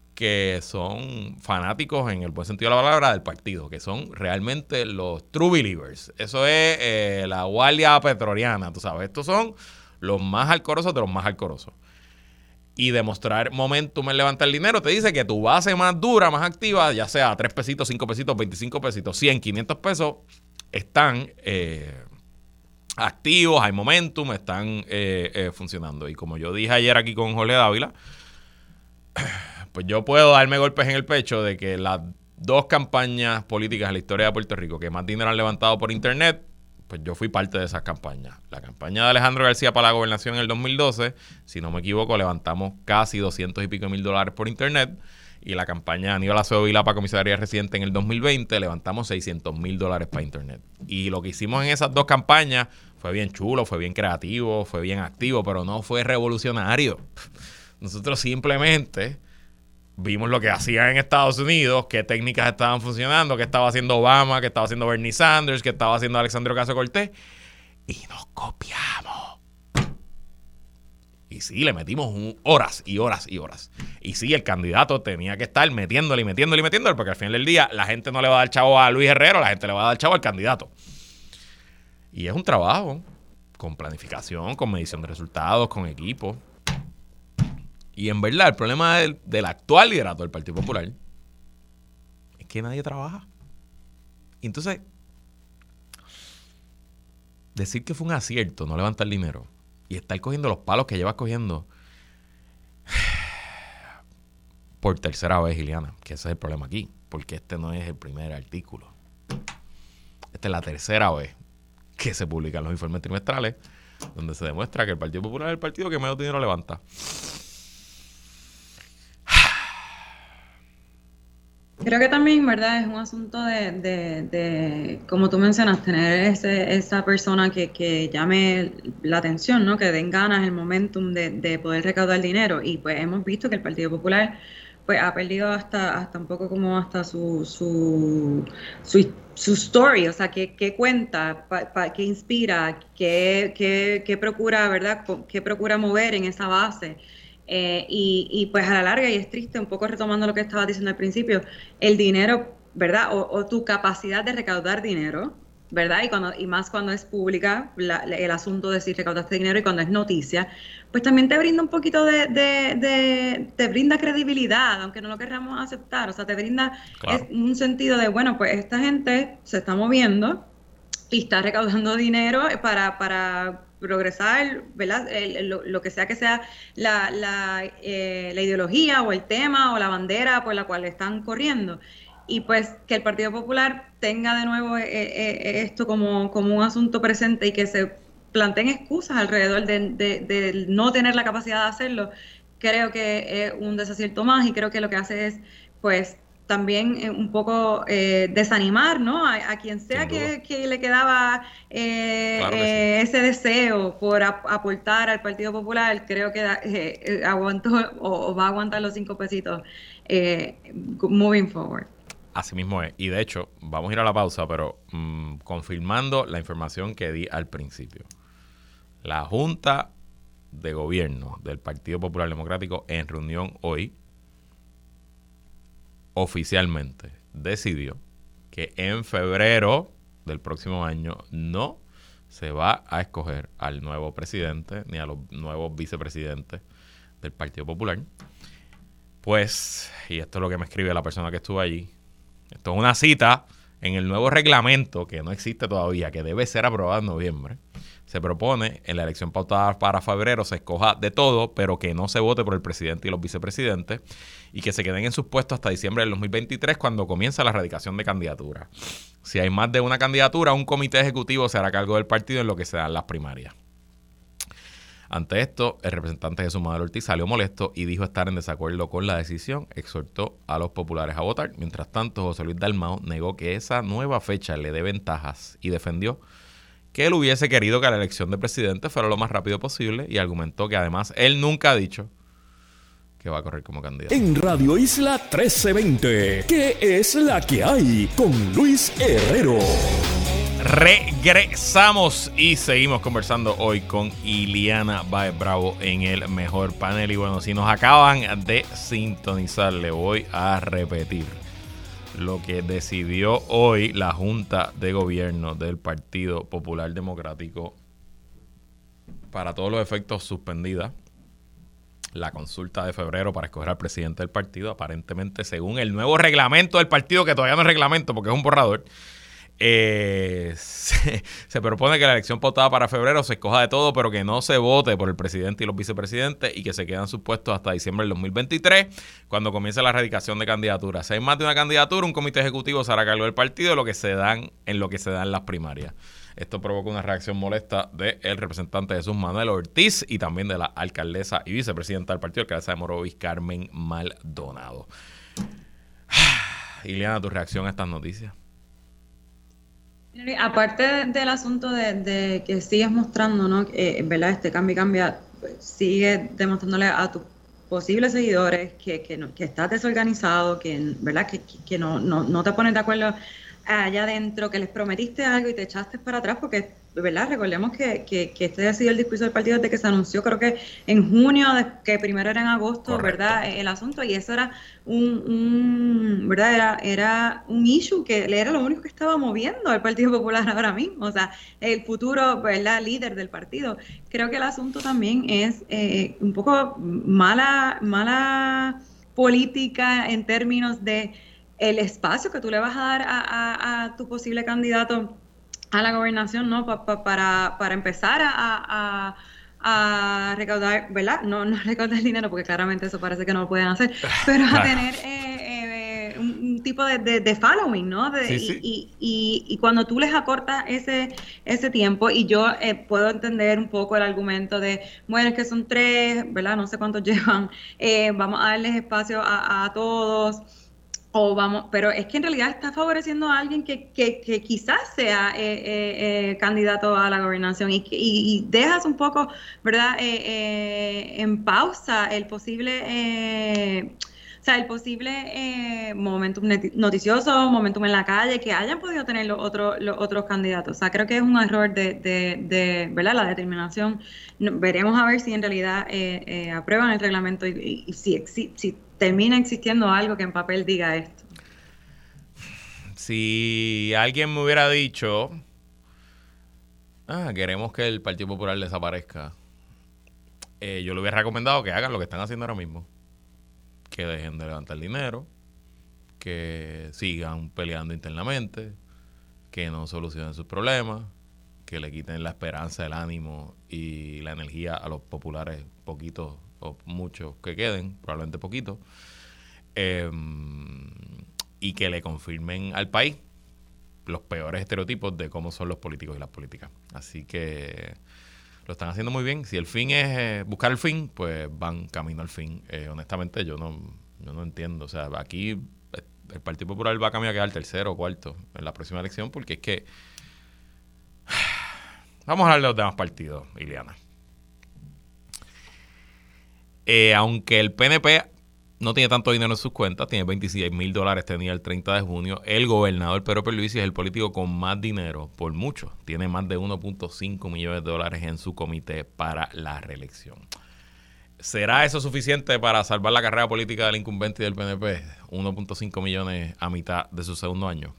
Speaker 2: que son fanáticos en el buen sentido de la palabra del partido, que son realmente los true believers. Eso es eh, la guardia petroliana, tú sabes. Estos son los más alcorosos de los más alcorosos. Y demostrar momentum en levantar dinero te dice que tu base más dura, más activa, ya sea tres pesitos, cinco pesitos, veinticinco pesitos, cien, quinientos pesos, están eh, activos, hay momentum, están eh, eh, funcionando. Y como yo dije ayer aquí con Jorge Dávila, pues yo puedo darme golpes en el pecho de que las dos campañas políticas en la historia de Puerto Rico que más dinero han levantado por internet, pues yo fui parte de esas campañas. La campaña de Alejandro García para la gobernación en el dos mil doce, si no me equivoco, levantamos casi doscientos y pico mil dólares por internet. Y la campaña de Aníbal Acevedo Vilá para comisaría residente en el dos mil veinte, levantamos seiscientos mil dólares para internet. Y lo que hicimos en esas dos campañas fue bien chulo, fue bien creativo, fue bien activo, pero no fue revolucionario. Nosotros simplemente vimos lo que hacían en Estados Unidos, qué técnicas estaban funcionando, qué estaba haciendo Obama, qué estaba haciendo Bernie Sanders, qué estaba haciendo Alexandria Ocasio-Cortez, y nos copiamos. Y sí, le metimos un, horas y horas y horas. Y sí, el candidato tenía que estar metiéndole y metiéndole y metiéndole, porque al final del día la gente no le va a dar chavo a Luis Herrero, la gente le va a dar chavo al candidato. Y es un trabajo con planificación, con medición de resultados, con equipo. Y en verdad, el problema del, del actual liderato del Partido Popular es que nadie trabaja. Y entonces, decir que fue un acierto no levantar dinero y estar cogiendo los palos que llevas cogiendo por tercera vez, Iliana, que ese es el problema aquí, porque este no es el primer artículo. Esta es la tercera vez que se publican los informes trimestrales donde se demuestra que el Partido Popular es el partido que menos dinero levanta.
Speaker 4: Creo que también, ¿verdad? Es un asunto de, de, de como tú mencionas, tener ese, esa persona que, que llame la atención, ¿no? Que den ganas, el momentum de, de poder recaudar dinero. Y pues hemos visto que el Partido Popular pues ha perdido hasta, hasta un poco como hasta su, su, su, su story, o sea, qué, qué cuenta, pa, pa, qué inspira, qué, qué, qué procura, ¿verdad? Qué procura mover en esa base. Eh, y, y pues a la larga, y es triste, un poco retomando lo que estaba diciendo al principio, el dinero, ¿verdad? O, o tu capacidad de recaudar dinero, ¿verdad? Y cuando y más cuando es pública la, el asunto de si recaudaste dinero y cuando es noticia, pues también te brinda un poquito de, de, de te brinda credibilidad, aunque no lo queramos aceptar, o sea, te brinda claro. Es un sentido de, bueno, pues esta gente se está moviendo y está recaudando dinero para... para progresar, ¿verdad? El, lo, lo que sea que sea la, la, eh, la ideología o el tema o la bandera por la cual están corriendo. Y pues que el Partido Popular tenga de nuevo eh, eh, esto como, como un asunto presente y que se planteen excusas alrededor de, de, de no tener la capacidad de hacerlo, creo que es un desacierto más y creo que lo que hace es, pues, también eh, un poco eh, desanimar, ¿no? A, a quien sea que, que le quedaba eh, claro que eh, sí. ese deseo por ap aportar al Partido Popular, creo que eh, aguantó o, o va a aguantar los cinco pesitos eh, moving forward.
Speaker 2: Así mismo es. Y de hecho, vamos a ir a la pausa, pero mmm, confirmando la información que di al principio. La Junta de Gobierno del Partido Popular Democrático en reunión hoy oficialmente decidió que en febrero del próximo año no se va a escoger al nuevo presidente ni a los nuevos vicepresidentes del Partido Popular. Pues, y esto es lo que me escribe la persona que estuvo allí, esto es una cita en el nuevo reglamento que no existe todavía, que debe ser aprobado en noviembre. Se propone en la elección pautada para febrero se escoja de todo, pero que no se vote por el presidente y los vicepresidentes y que se queden en sus puestos hasta diciembre del dos mil veintitrés cuando comienza la erradicación de candidaturas. Si hay más de una candidatura, un comité ejecutivo se hará cargo del partido en lo que se dan las primarias. Ante esto, el representante Jesús Madero Ortiz salió molesto y dijo estar en desacuerdo con la decisión, exhortó a los populares a votar. Mientras tanto, José Luis Dalmau negó que esa nueva fecha le dé ventajas y defendió que él hubiese querido que la elección de presidente fuera lo más rápido posible y argumentó que además él nunca ha dicho que va a correr como candidato.
Speaker 1: En Radio Isla trece veinte, ¿qué es la que hay? Con Luis Herrero.
Speaker 2: Regresamos y seguimos conversando hoy con Iliana Báez Bravo en el mejor panel. Y bueno, si nos acaban de sintonizar, le voy a repetir lo que decidió hoy la Junta de Gobierno del Partido Popular Democrático. Para todos los efectos, suspendida la consulta de febrero para escoger al presidente del partido. Aparentemente, según el nuevo reglamento del partido, que todavía no es reglamento porque es un borrador, eh, se, se propone que la elección pautada para febrero se escoja de todo, pero que no se vote por el presidente y los vicepresidentes y que se quedan sus puestos hasta diciembre del dos mil veintitrés, cuando comience la erradicación de candidaturas. Si hay más de una candidatura, un comité ejecutivo se hará cargo del partido lo que se dan, en lo que se dan las primarias. Esto provoca una reacción molesta del representante Jesús Manuel Ortiz y también de la alcaldesa y vicepresidenta del partido, alcaldesa de Morovis, Carmen Maldonado. Iliana, tu reacción a estas noticias.
Speaker 4: Aparte del asunto de, de que sigues mostrando, ¿no? Eh, ¿verdad? Este cambio y cambia, sigue demostrándole a tus posibles seguidores que, que, no, que estás desorganizado, que, ¿verdad? que, que no, no, no te pones de acuerdo allá adentro, que les prometiste algo y te echaste para atrás, porque, ¿verdad? Recordemos que, que, que este ha sido el discurso del partido desde que se anunció, creo que en junio, de, que primero era en agosto, correcto, ¿verdad? El asunto, y eso era un, un ¿verdad? Era, era un issue que era lo único que estaba moviendo al Partido Popular ahora mismo, o sea, el futuro, ¿verdad? Líder del partido. Creo que el asunto también es eh, un poco mala, mala política en términos de el espacio que tú le vas a dar a, a, a tu posible candidato a la gobernación, ¿no? Pa, pa, para, para empezar a, a, a recaudar, ¿verdad? No, no recaudar dinero, porque claramente eso parece que no lo pueden hacer, pero a tener eh, eh, un, un tipo de, de, de following, ¿no? De,
Speaker 2: sí, sí.
Speaker 4: Y, y, y cuando tú les acortas ese, ese tiempo, y yo eh, puedo entender un poco el argumento de, bueno, es que son tres, ¿verdad? No sé cuántos llevan, eh, vamos a darles espacio a, a todos, o vamos, pero es que en realidad está favoreciendo a alguien que, que, que quizás sea eh, eh, eh, candidato a la gobernación y, y, y dejas un poco, ¿verdad? Eh, eh, en pausa el posible, eh, o sea, el posible eh, momentum noticioso, momentum en la calle que hayan podido tener los otros los otros candidatos. O sea, creo que es un error de, de, de ¿verdad? La determinación. Veremos a ver si en realidad eh, eh, aprueban el reglamento y, y, y si existe. Si, termina existiendo algo que en papel diga esto.
Speaker 2: Si alguien me hubiera dicho, ah, queremos que el Partido Popular desaparezca, eh, yo le hubiera recomendado que hagan lo que están haciendo ahora mismo. Que dejen de levantar dinero, que sigan peleando internamente, que no solucionen sus problemas, que le quiten la esperanza, el ánimo y la energía a los populares, poquitos o muchos que queden, probablemente poquitos, eh, y que le confirmen al país los peores estereotipos de cómo son los políticos y las políticas. Así que lo están haciendo muy bien. Si el fin es eh, buscar el fin, pues van camino al fin. Eh, honestamente, yo no, yo no entiendo. O sea, aquí el Partido Popular va a camino a quedar tercero o cuarto en la próxima elección, porque es que vamos a hablar de los demás partidos, Iliana. Eh, aunque el P N P no tiene tanto dinero en sus cuentas, tiene veintiséis mil dólares, tenía el treinta de junio, el gobernador Pedro Pierluisi es el político con más dinero, por mucho. Tiene más de uno punto cinco millones de dólares en su comité para la reelección. ¿Será eso suficiente para salvar la carrera política del incumbente y del P N P? uno punto cinco millones a mitad de su segundo año.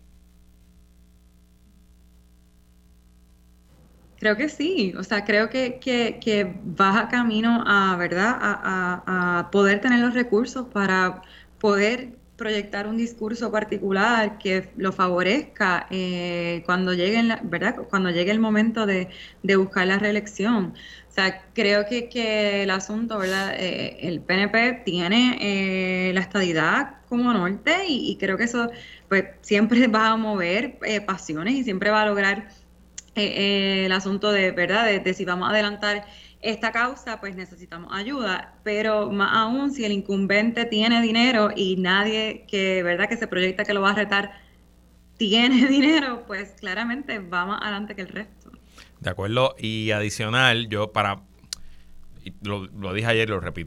Speaker 4: Creo que sí, o sea, creo que, que, que vas a camino a, ¿verdad? A, a, a poder tener los recursos para poder proyectar un discurso particular que lo favorezca eh, cuando llegue, la, ¿verdad? Cuando llegue el momento de, de buscar la reelección. O sea, creo que, que el asunto, ¿verdad? Eh, el P N P tiene eh, la estadidad como norte y, y creo que eso, pues, siempre va a mover eh, pasiones y siempre va a lograr Eh, eh, el asunto de, ¿verdad? De, de si vamos a adelantar esta causa, pues necesitamos ayuda, pero más aún si el incumbente tiene dinero y nadie que, ¿verdad? Que se proyecta que lo va a retar tiene dinero, pues claramente va más adelante que el resto.
Speaker 2: De acuerdo, y adicional, yo para, lo, lo dije ayer y lo repito,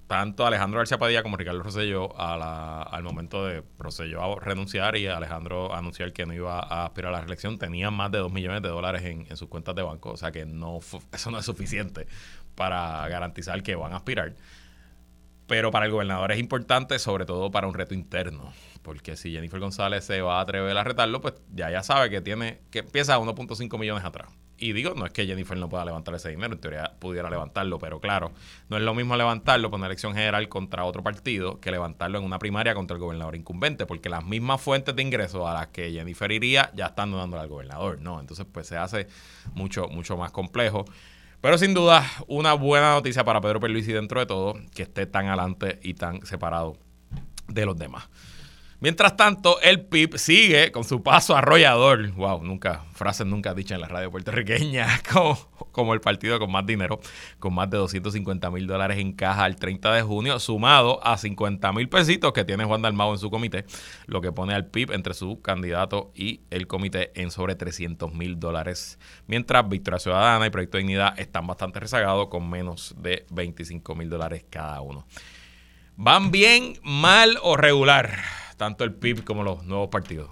Speaker 2: tanto Alejandro García Padilla como Ricardo Rosselló a la, al momento de Rosselló a renunciar y Alejandro a anunciar que no iba a aspirar a la reelección, tenían más de dos millones de dólares en, en sus cuentas de banco. O sea que no eso no es suficiente para garantizar que van a aspirar. Pero para el gobernador es importante, sobre todo para un reto interno. Porque si Jennifer González se va a atrever a retarlo, pues ya ya sabe que tiene que empieza a uno punto cinco millones atrás. Y digo, no es que Jennifer no pueda levantar ese dinero, en teoría pudiera levantarlo, pero claro, no es lo mismo levantarlo por una elección general contra otro partido que levantarlo en una primaria contra el gobernador incumbente, porque las mismas fuentes de ingresos a las que Jennifer iría ya están dándole al gobernador, ¿no? Entonces, pues se hace mucho, mucho más complejo. Pero sin duda, una buena noticia para Pedro Pierluisi dentro de todo, que esté tan adelante y tan separado de los demás. Mientras tanto, el P I B sigue con su paso arrollador. Wow, nunca, frases nunca dichas en la radio puertorriqueña, como, como el partido con más dinero, con más de doscientos cincuenta mil dólares en caja al treinta de junio, sumado a cincuenta mil pesitos que tiene Juan Dalmau en su comité, lo que pone al P I B entre su candidato y el comité en sobre trescientos mil dólares, mientras Victoria Ciudadana y Proyecto de Dignidad están bastante rezagados con menos de veinticinco mil dólares cada uno. ¿Van bien, mal o regular? Tanto el P I B como los nuevos partidos.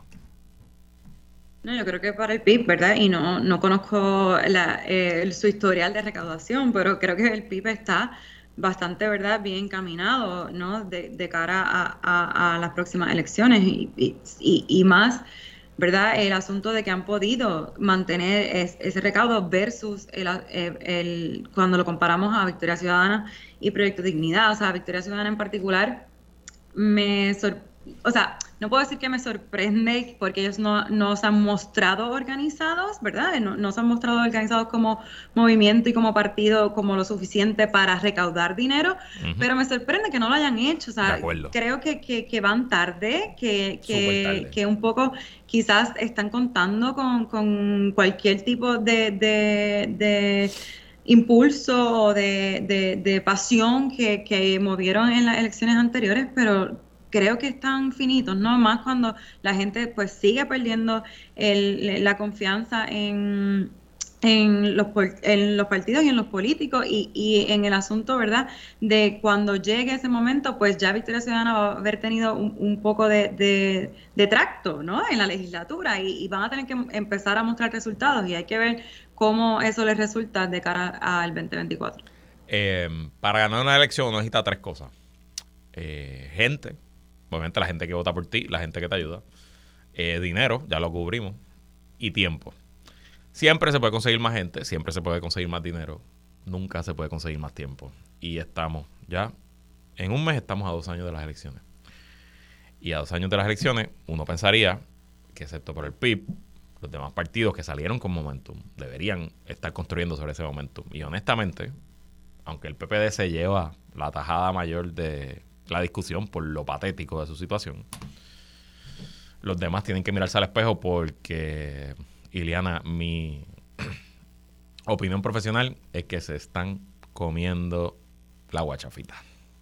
Speaker 4: No, yo creo que para el P I B, ¿verdad? Y no, no conozco la, eh, su historial de recaudación, pero creo que el P I B está bastante, ¿verdad?, bien encaminado, ¿no? De, de cara a, a, a las próximas elecciones y, y, y más, ¿verdad? El asunto de que han podido mantener es, ese recaudo versus el, el, el, cuando lo comparamos a Victoria Ciudadana y Proyecto Dignidad. O sea, Victoria Ciudadana en particular me sorprende. O sea, no puedo decir que me sorprende porque ellos no, no se han mostrado organizados, ¿verdad? No, no se han mostrado organizados como movimiento y como partido como lo suficiente para recaudar dinero, uh-huh. pero me sorprende que no lo hayan hecho. O sea, creo que, que, que van tarde, que, que, tarde. que un poco quizás están contando con, con cualquier tipo de... de, de impulso o de, de, de pasión que, que movieron en las elecciones anteriores, pero creo que están finitos, ¿no? Más cuando la gente pues sigue perdiendo el, la confianza en, en, los, en los partidos y en los políticos y, y en el asunto, ¿verdad?, de cuando llegue ese momento, pues ya Victoria Ciudadana va a haber tenido un, un poco de, de, de tracto, ¿no?, en la legislatura y, y van a tener que empezar a mostrar resultados y hay que ver cómo eso les resulta de cara al veinte veinticuatro.
Speaker 2: Eh, para ganar una elección uno necesita tres cosas. Eh, gente, obviamente la gente que vota por ti, la gente que te ayuda. Eh, dinero, ya lo cubrimos. Y tiempo. Siempre se puede conseguir más gente, siempre se puede conseguir más dinero. Nunca se puede conseguir más tiempo. Y estamos ya, en un mes estamos a dos años de las elecciones. Y a dos años de las elecciones, uno pensaría que excepto por el P I B, los demás partidos que salieron con momentum deberían estar construyendo sobre ese momentum. Y honestamente, aunque el P P D se lleva la tajada mayor de la discusión por lo patético de su situación, los demás tienen que mirarse al espejo porque, Iliana, mi opinión profesional es que se están comiendo la guachafita.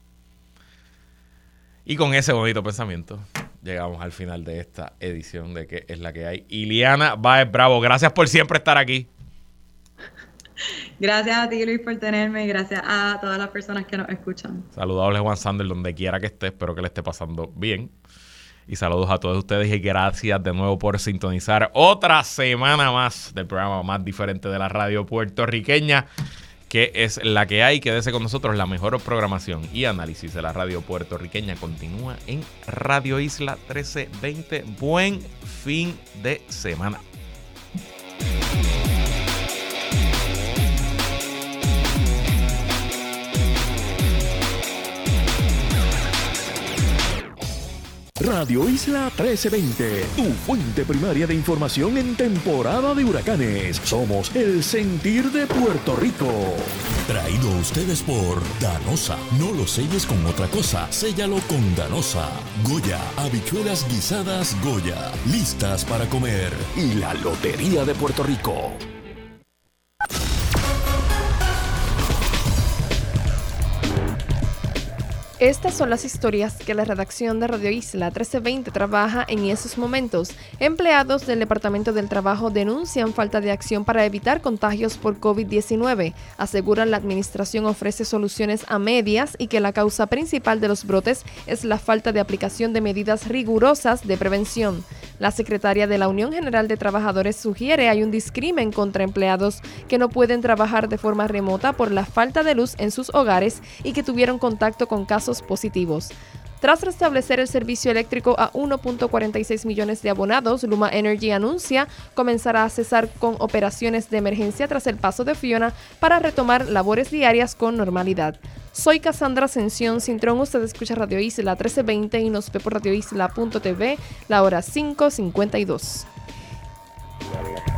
Speaker 2: Y con ese bonito pensamiento llegamos al final de esta edición de ¿Qué es la que hay? Iliana Báez Bravo, gracias por siempre estar aquí.
Speaker 4: Gracias a ti, Luis, por tenerme y gracias a todas las personas que nos escuchan.
Speaker 2: Saludables Juan Sander, donde quiera que esté, espero que le esté pasando bien. Y saludos a todos ustedes y gracias de nuevo por sintonizar otra semana más del programa más diferente de la radio puertorriqueña, que es la que hay. Quédese con nosotros, la mejor programación y análisis de la radio puertorriqueña continúa en Radio Isla trece veinte. Buen fin de semana.
Speaker 1: Radio Isla trece veinte, tu fuente primaria de información en temporada de huracanes. Somos el sentir de Puerto Rico.
Speaker 5: Traído a ustedes por Danosa. No lo selles con otra cosa, séllalo con Danosa. Goya, habichuelas guisadas Goya, listas para comer.
Speaker 1: Y la Lotería de Puerto Rico.
Speaker 6: Estas son las historias que la redacción de Radio Isla trece veinte trabaja en esos momentos. Empleados del Departamento del Trabajo denuncian falta de acción para evitar contagios por COVID diecinueve. Aseguran la administración ofrece soluciones a medias y que la causa principal de los brotes es la falta de aplicación de medidas rigurosas de prevención. La secretaria de la Unión General de Trabajadores sugiere hay un discrimen contra empleados que no pueden trabajar de forma remota por la falta de luz en sus hogares y que tuvieron contacto con casos positivos. Tras restablecer el servicio eléctrico a uno punto cuarenta y seis millones de abonados, Luma Energy anuncia comenzará a cesar con operaciones de emergencia tras el paso de Fiona para retomar labores diarias con normalidad. Soy Cassandra Ascensión Cintrón, usted escucha Radio Isla trece veinte y nos ve por radio isla punto t v, la hora cinco cincuenta y dos.